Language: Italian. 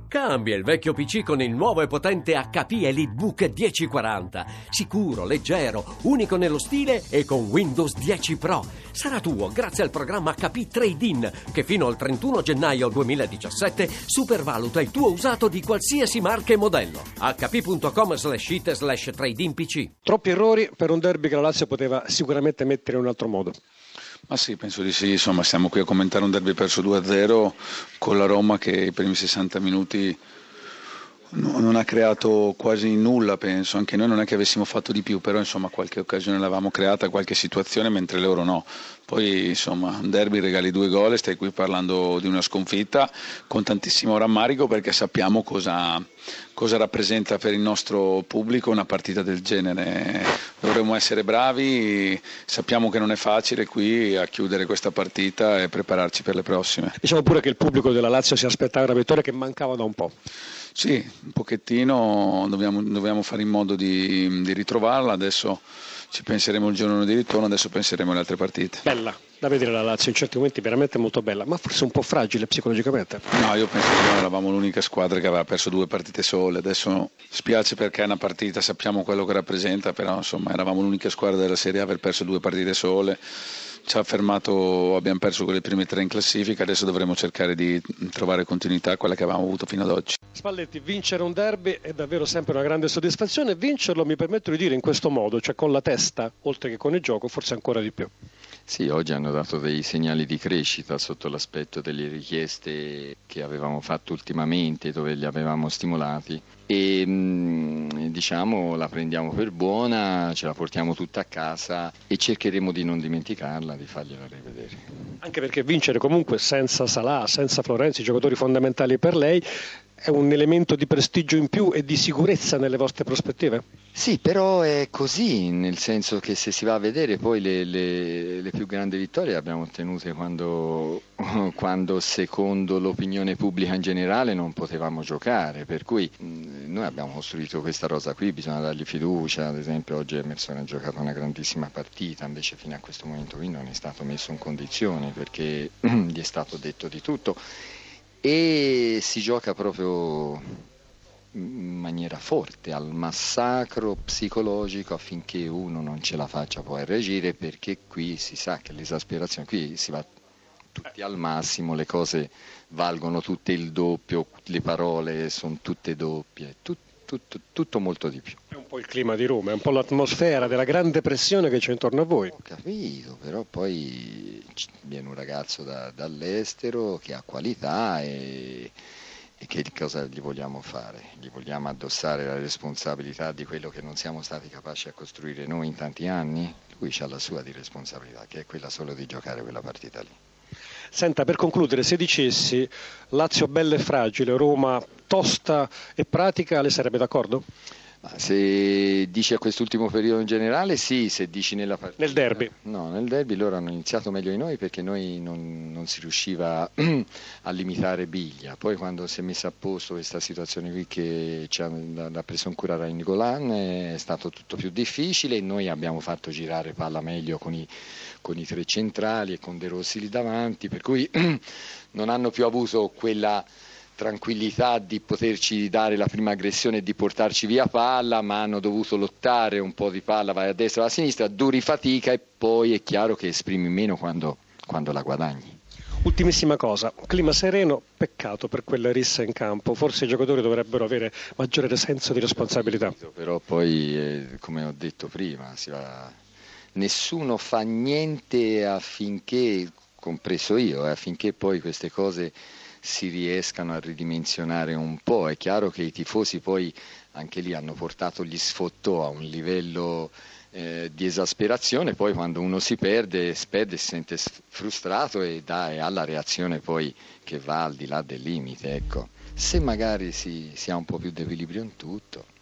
Cambia il vecchio PC con il nuovo e potente HP EliteBook 1040. Sicuro, leggero, unico nello stile e con Windows 10 Pro. Sarà tuo grazie al programma HP Trade-in, che fino al 31 gennaio 2017 supervaluta il tuo usato di qualsiasi marca e modello. hp.com/it/trade-in PC. Troppi errori per un derby che la Lazio poteva sicuramente mettere in un altro modo. Ma sì, penso di sì, insomma siamo qui a commentare un derby perso 2-0 con la Roma che i primi 60 minuti non ha creato quasi nulla, penso, anche noi non è che avessimo fatto di più, però insomma qualche occasione l'avevamo creata, qualche situazione, mentre loro no. Poi insomma un derby regali 2 gol e stai qui parlando di una sconfitta con tantissimo rammarico, perché sappiamo cosa rappresenta per il nostro pubblico una partita del genere. Dovremmo essere bravi, sappiamo che non è facile qui a chiudere questa partita e prepararci per le prossime. Diciamo pure che il pubblico della Lazio si aspettava una vittoria che mancava da un po'. Sì, un pochettino, dobbiamo fare in modo di ritrovarla, adesso ci penseremo il giorno di ritorno, adesso penseremo alle altre partite. Bella da vedere la Lazio in certi momenti, veramente molto bella, ma forse un po' fragile psicologicamente. No, io penso che noi eravamo l'unica squadra che aveva perso 2 partite sole, adesso spiace perché è una partita, sappiamo quello che rappresenta, però insomma eravamo l'unica squadra della Serie A a aver perso 2 partite sole. Ci ha fermato, abbiamo perso quelle prime 3 in classifica, adesso dovremo cercare di trovare continuità a quella che avevamo avuto fino ad oggi. Spalletti, vincere un derby è davvero sempre una grande soddisfazione, vincerlo mi permetto di dire in questo modo, cioè con la testa, oltre che con il gioco, forse ancora di più. Sì, oggi hanno dato dei segnali di crescita sotto l'aspetto delle richieste che avevamo fatto ultimamente, dove li avevamo stimolati e diciamo la prendiamo per buona, ce la portiamo tutta a casa e cercheremo di non dimenticarla, di fargliela rivedere. Anche perché vincere comunque senza Salah, senza Florenzi, giocatori fondamentali per lei, è un elemento di prestigio in più e di sicurezza nelle vostre prospettive? Sì, però è così, nel senso che se si va a vedere poi le più grandi vittorie le abbiamo ottenute quando secondo l'opinione pubblica in generale non potevamo giocare, per cui noi abbiamo costruito questa rosa qui, bisogna dargli fiducia. Ad esempio oggi Emerson ha giocato una grandissima partita, invece fino a questo momento qui non è stato messo in condizioni perché gli è stato detto di tutto e si gioca proprio in maniera forte al massacro psicologico affinché uno non ce la faccia poi a reagire, perché qui si sa che l'esasperazione, qui si va tutti al massimo, le cose valgono tutte il doppio, le parole sono tutte doppie, tutto molto di più. È un po' il clima di Roma, è un po' l'atmosfera della grande pressione che c'è intorno a voi. Ho capito, però poi viene un ragazzo dall'estero che ha qualità e che cosa gli vogliamo fare? Gli vogliamo addossare la responsabilità di quello che non siamo stati capaci a costruire noi in tanti anni? Lui ha la sua di responsabilità, che è quella solo di giocare quella partita lì. Senta, per concludere, se dicessi Lazio bella e fragile, Roma tosta e pratica, lei sarebbe d'accordo? Se dici a quest'ultimo periodo in generale, sì. Se dici nella partita, nel derby? No, nel derby loro hanno iniziato meglio di noi perché noi non si riusciva a limitare Biglia. Poi quando si è messa a posto questa situazione qui che l'ha preso in cura Nainggolan, è stato tutto più difficile e noi abbiamo fatto girare palla meglio con i 3 centrali e con De Rossi lì davanti, per cui non hanno più avuto quella tranquillità di poterci dare la prima aggressione e di portarci via palla, ma hanno dovuto lottare un po' di palla, vai a destra o a sinistra, duri fatica e poi è chiaro che esprimi meno quando la guadagni. Ultimissima cosa, clima sereno, peccato per quella rissa in campo, forse i giocatori dovrebbero avere maggiore senso di responsabilità. Però poi, come ho detto prima, nessuno fa niente affinché, compreso io, affinché poi queste cose si riescano a ridimensionare un po'. È chiaro che i tifosi poi anche lì hanno portato gli sfottò a un livello di esasperazione, poi quando uno si perde si sente frustrato e ha la reazione poi che va al di là del limite, ecco. Se magari si ha un po' più di equilibrio in tutto.